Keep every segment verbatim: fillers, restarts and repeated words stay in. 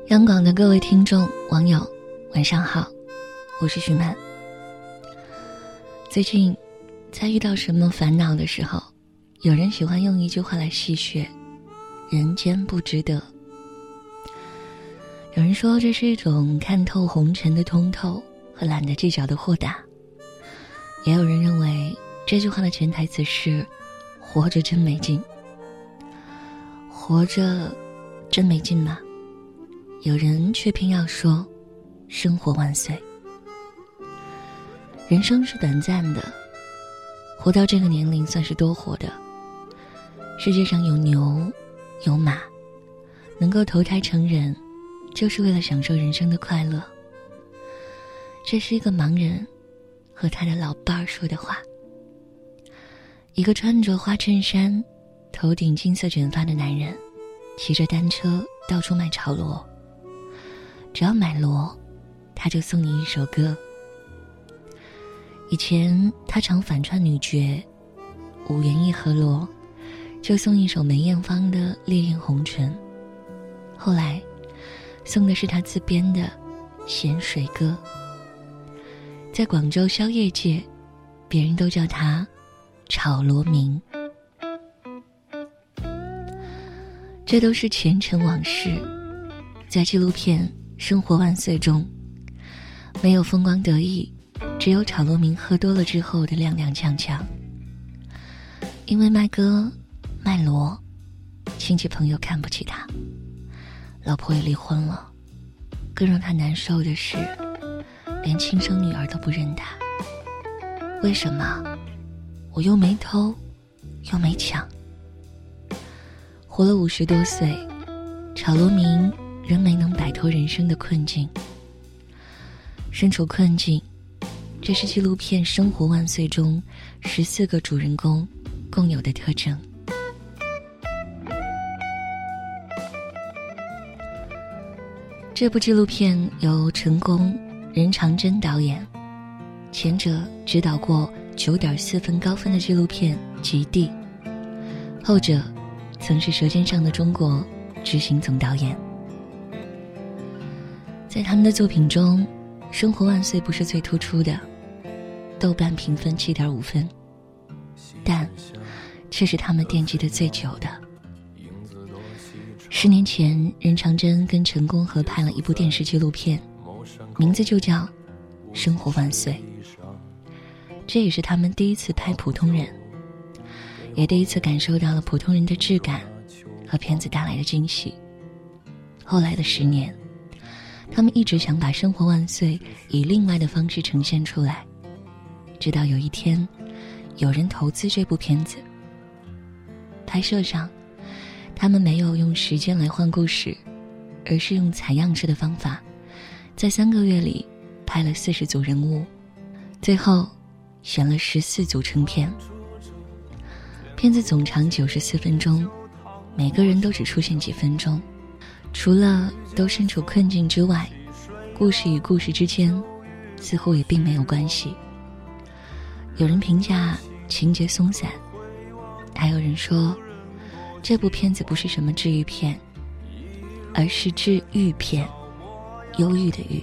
央广的各位听众网友晚上好，我是徐曼。最近在遇到什么烦恼的时候，有人喜欢用一句话来戏谑，人间不值得。有人说这是一种看透红尘的通透和懒得计较的豁达，也有人认为这句话的潜台词是活着真没劲。活着真没劲吗？有人却偏要说生活万岁。人生是短暂的，活到这个年龄算是多活的。世界上有牛有马，能够投胎成人就是为了享受人生的快乐。这是一个盲人和他的老伴儿说的话。一个穿着花衬衫头顶金色卷发的男人，骑着单车到处卖炒螺，只要买螺他就送你一首歌。以前他常反串女角，五元一盒螺就送一首梅艳芳的《烈焰红唇》，后来送的是他自编的《咸水歌》。在广州宵夜界，别人都叫他炒螺明。这都是前尘往事，在纪录片《生活万岁》中，没有风光得意，只有炒螺明喝多了之后的踉踉跄跄。因为卖歌卖螺，亲戚朋友看不起他，老婆也离婚了。更让他难受的是，连亲生女儿都不认他。为什么？我又没偷又没抢。活了五十多岁，炒螺明仍没能摆脱人生的困境。身处困境，这是纪录片《生活万岁》中十四个主人公共有的特征。这部纪录片由陈宫、任长征导演，前者指导过 九点四 分高分的纪录片《极地》，后者曾是《舌尖上的中国》执行总导演。在他们的作品中，《生活万岁》不是最突出的，豆瓣评分 七点五 分，但却是他们惦记的最久的。十年前，任长征跟陈宫合拍了一部电视纪录片，名字就叫《生活万岁》。这也是他们第一次拍普通人，也第一次感受到了普通人的质感和片子带来的惊喜。后来的十年，他们一直想把《生活万岁》以另外的方式呈现出来，直到有一天有人投资这部片子。拍摄上，他们没有用时间来换故事，而是用采样式的方法，在三个月里拍了四十组人物，最后选了十四组成片。片子总长九十四分钟，每个人都只出现几分钟，除了都身处困境之外，故事与故事之间似乎也并没有关系。有人评价情节松散，还有人说这部片子不是什么治愈片，而是治愈片，忧郁的郁。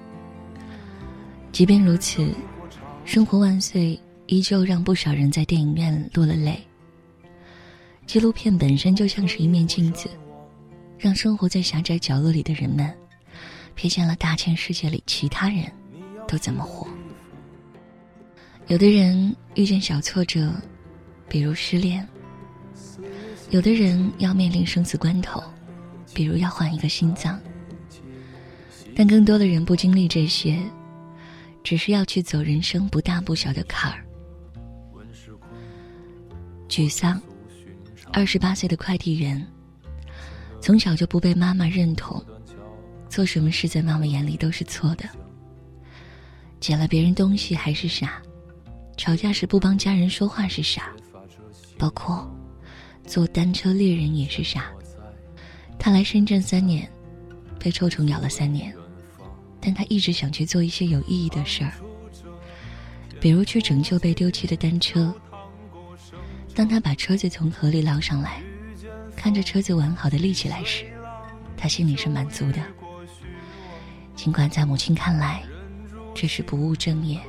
即便如此，生活万岁依旧让不少人在电影院落了泪。纪录片本身就像是一面镜子，让生活在狭窄角落里的人们瞥见了大千世界里其他人都怎么活。有的人遇见小挫折，比如失恋；有的人要面临生死关头，比如要换一个心脏。但更多的人不经历这些，只是要去走人生不大不小的坎儿。沮丧，二十八岁的快递员，从小就不被妈妈认同，做什么事在妈妈眼里都是错的。捡了别人东西还是傻，吵架时不帮家人说话是傻，包括做单车猎人也是傻。他来深圳三年，被臭虫咬了三年，但他一直想去做一些有意义的事儿，比如去拯救被丢弃的单车。当他把车子从河里捞上来，看着车子完好的立起来时，他心里是满足的。 尽管在母亲看来这是不务正业。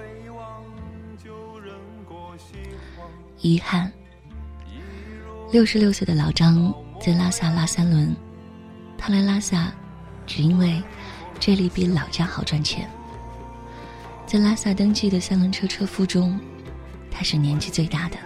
遗憾，六十六岁的老张在拉萨拉三轮，他来拉萨只因为这里比老家好赚钱。在拉萨登记的三轮车车夫中，他是年纪最大的。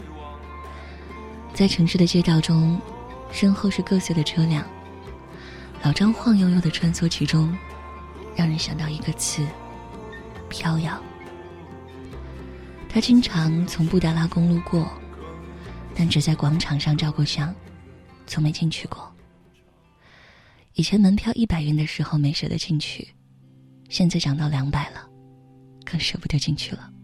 在城市的街道中，身后是各色的车辆，老张晃悠悠地穿梭其中，让人想到一个词：飘摇。他经常从布达拉宫路过，但只在广场上照过相，从没进去过。以前门票一百元的时候没舍得进去，现在涨到两百了，更舍不得进去了。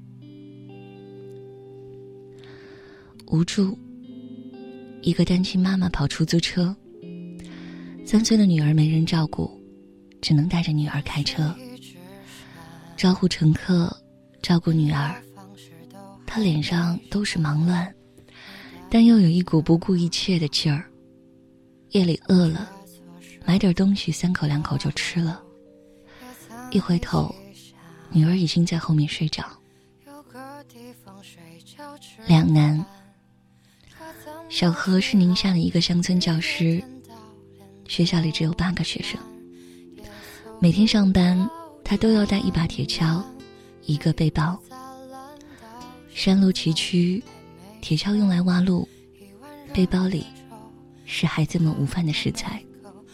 无助，一个单亲妈妈跑出租车，三岁的女儿没人照顾，只能带着女儿开车，招呼乘客，照顾女儿。她脸上都是忙乱，但又有一股不顾一切的劲儿。夜里饿了，买点东西三口两口就吃了，一回头女儿已经在后面睡着。两难，小何是宁夏的一个乡村教师，学校里只有八个学生，每天上班他都要带一把铁锹，一个背包。山路崎岖，铁锹用来挖路，背包里是孩子们午饭的食材。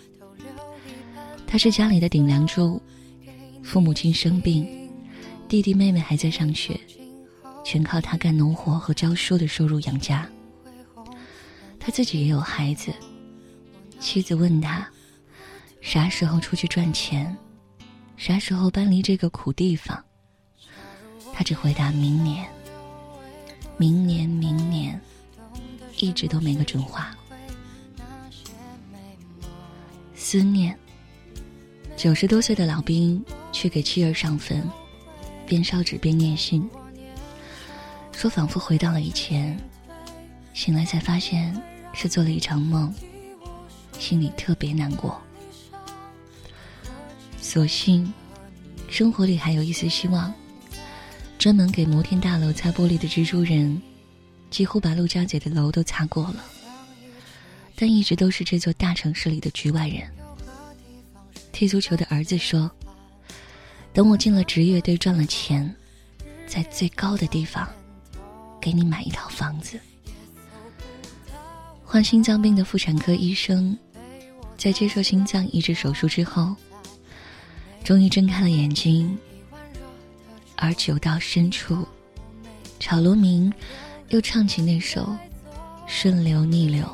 他是家里的顶梁柱，父母亲生病，弟弟妹妹还在上学，全靠他干农活和教书的收入养家。他自己也有孩子，妻子问他啥时候出去赚钱，啥时候搬离这个苦地方，他只回答明年明年明年，一直都没个准话。思念，九十多岁的老兵去给妻儿上坟，边烧纸边念信，说仿佛回到了以前，醒来才发现是做了一场梦，心里特别难过。所幸生活里还有一丝希望，专门给摩天大楼擦玻璃的蜘蛛人几乎把陆家嘴的楼都擦过了，但一直都是这座大城市里的局外人。踢足球的儿子说，等我进了职业队赚了钱，在最高的地方给你买一套房子。患心脏病的妇产科医生在接受心脏移植手术之后，终于睁开了眼睛，而酒到深处，郝罗明又唱起那首《顺流逆流》。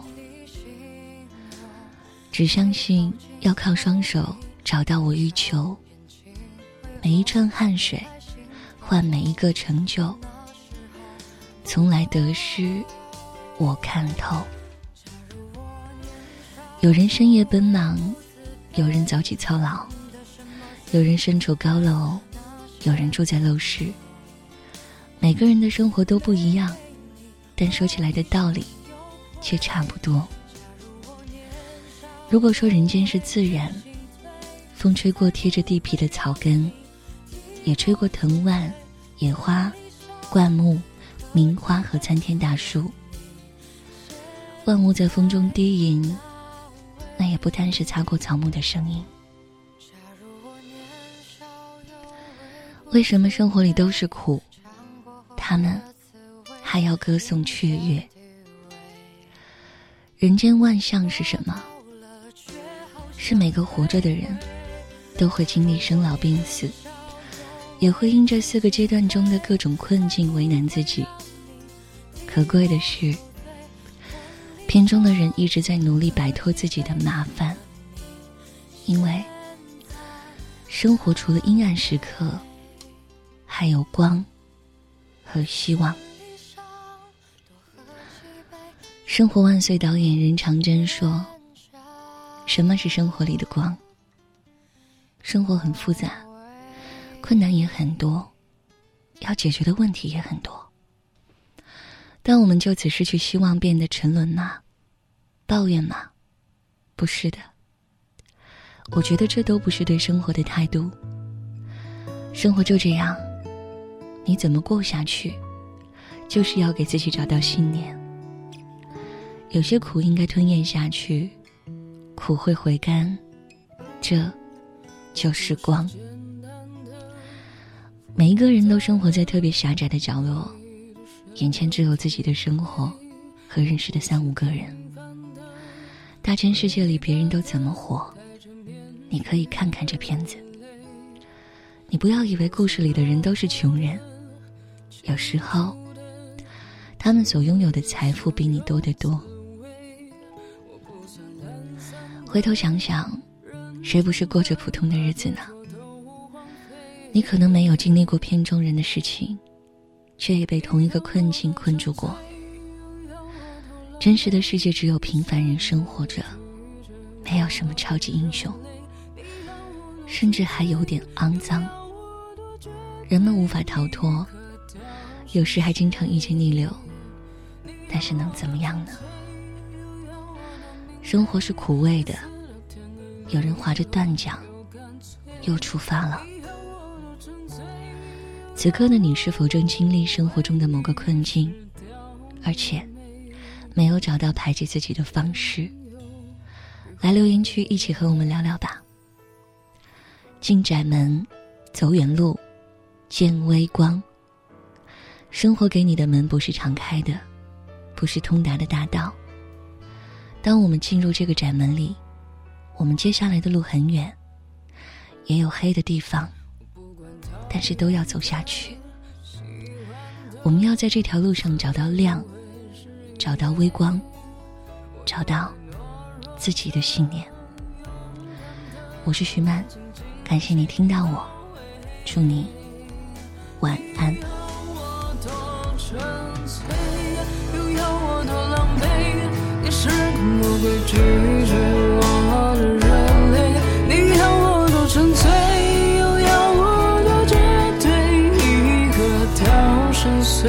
只相信要靠双手找到我欲求，每一串汗水换每一个成就，从来得失我看透。有人深夜奔忙，有人早起操劳，有人身处高楼，有人住在陋室。每个人的生活都不一样，但说起来的道理却差不多。如果说人间是自然，风吹过贴着地皮的草根，也吹过藤蔓、野花、灌木、名花和参天大树，万物在风中低吟，那也不单是擦过草木的声音。为什么生活里都是苦，他们还要歌颂雀跃？人间万象是什么？是每个活着的人都会经历生老病死，也会因这四个阶段中的各种困境为难自己。可贵的是，片中的人一直在努力摆脱自己的麻烦，因为生活除了阴暗时刻，还有光和希望。生活万岁导演任长征说，什么是生活里的光？生活很复杂，困难也很多，要解决的问题也很多，但我们就此失去希望，变得沉沦吗？抱怨吗？不是的， 我觉得这都不是对生活的态度。生活就这样，你怎么过下去，就是要给自己找到信念。有些苦应该吞咽下去，苦会回甘，这就是光。每一个人都生活在特别狭窄的角落，眼前只有自己的生活和认识的三五个人。大千世界里别人都怎么活，你可以看看这片子。你不要以为故事里的人都是穷人，有时候他们所拥有的财富比你多得多。回头想想，谁不是过着普通的日子呢？你可能没有经历过片中人的事情，却也被同一个困境困住过。真实的世界只有平凡人生活着，没有什么超级英雄，甚至还有点肮脏。人们无法逃脱，有时还经常遇见逆流，但是能怎么样呢？生活是苦味的，有人划着断桨又出发了。此刻的你是否正经历生活中的某个困境，而且没有找到排解自己的方式？来留言区一起和我们聊聊吧。进窄门，走远路，见微光。生活给你的门不是常开的，不是通达的大道。当我们进入这个窄门里，我们接下来的路很远，也有黑的地方，但是都要走下去。我们要在这条路上找到亮，找到微光，找到自己的信念。我是徐曼，感谢你听到我，祝你晚安。 是个魔鬼拒绝我的热泪，你要我多纯粹，又要我多绝对，一个跳深邃。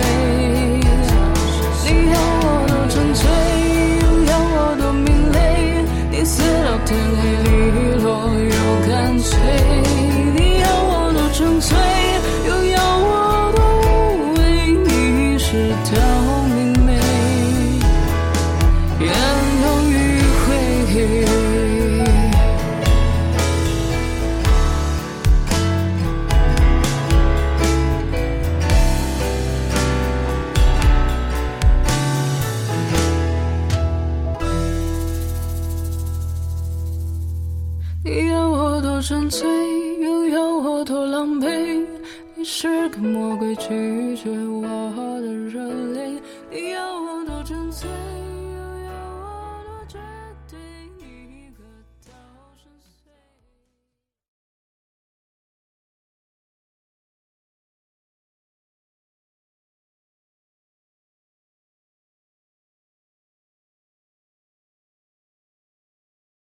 你要我多纯粹，又要我多明媚，你死到天黑利落又干脆。你要我多纯粹，又要我多无畏，你是条明媚。你要我多纯粹，又要我多狼狈，你是个魔鬼拒绝我的热泪。你要我多纯粹。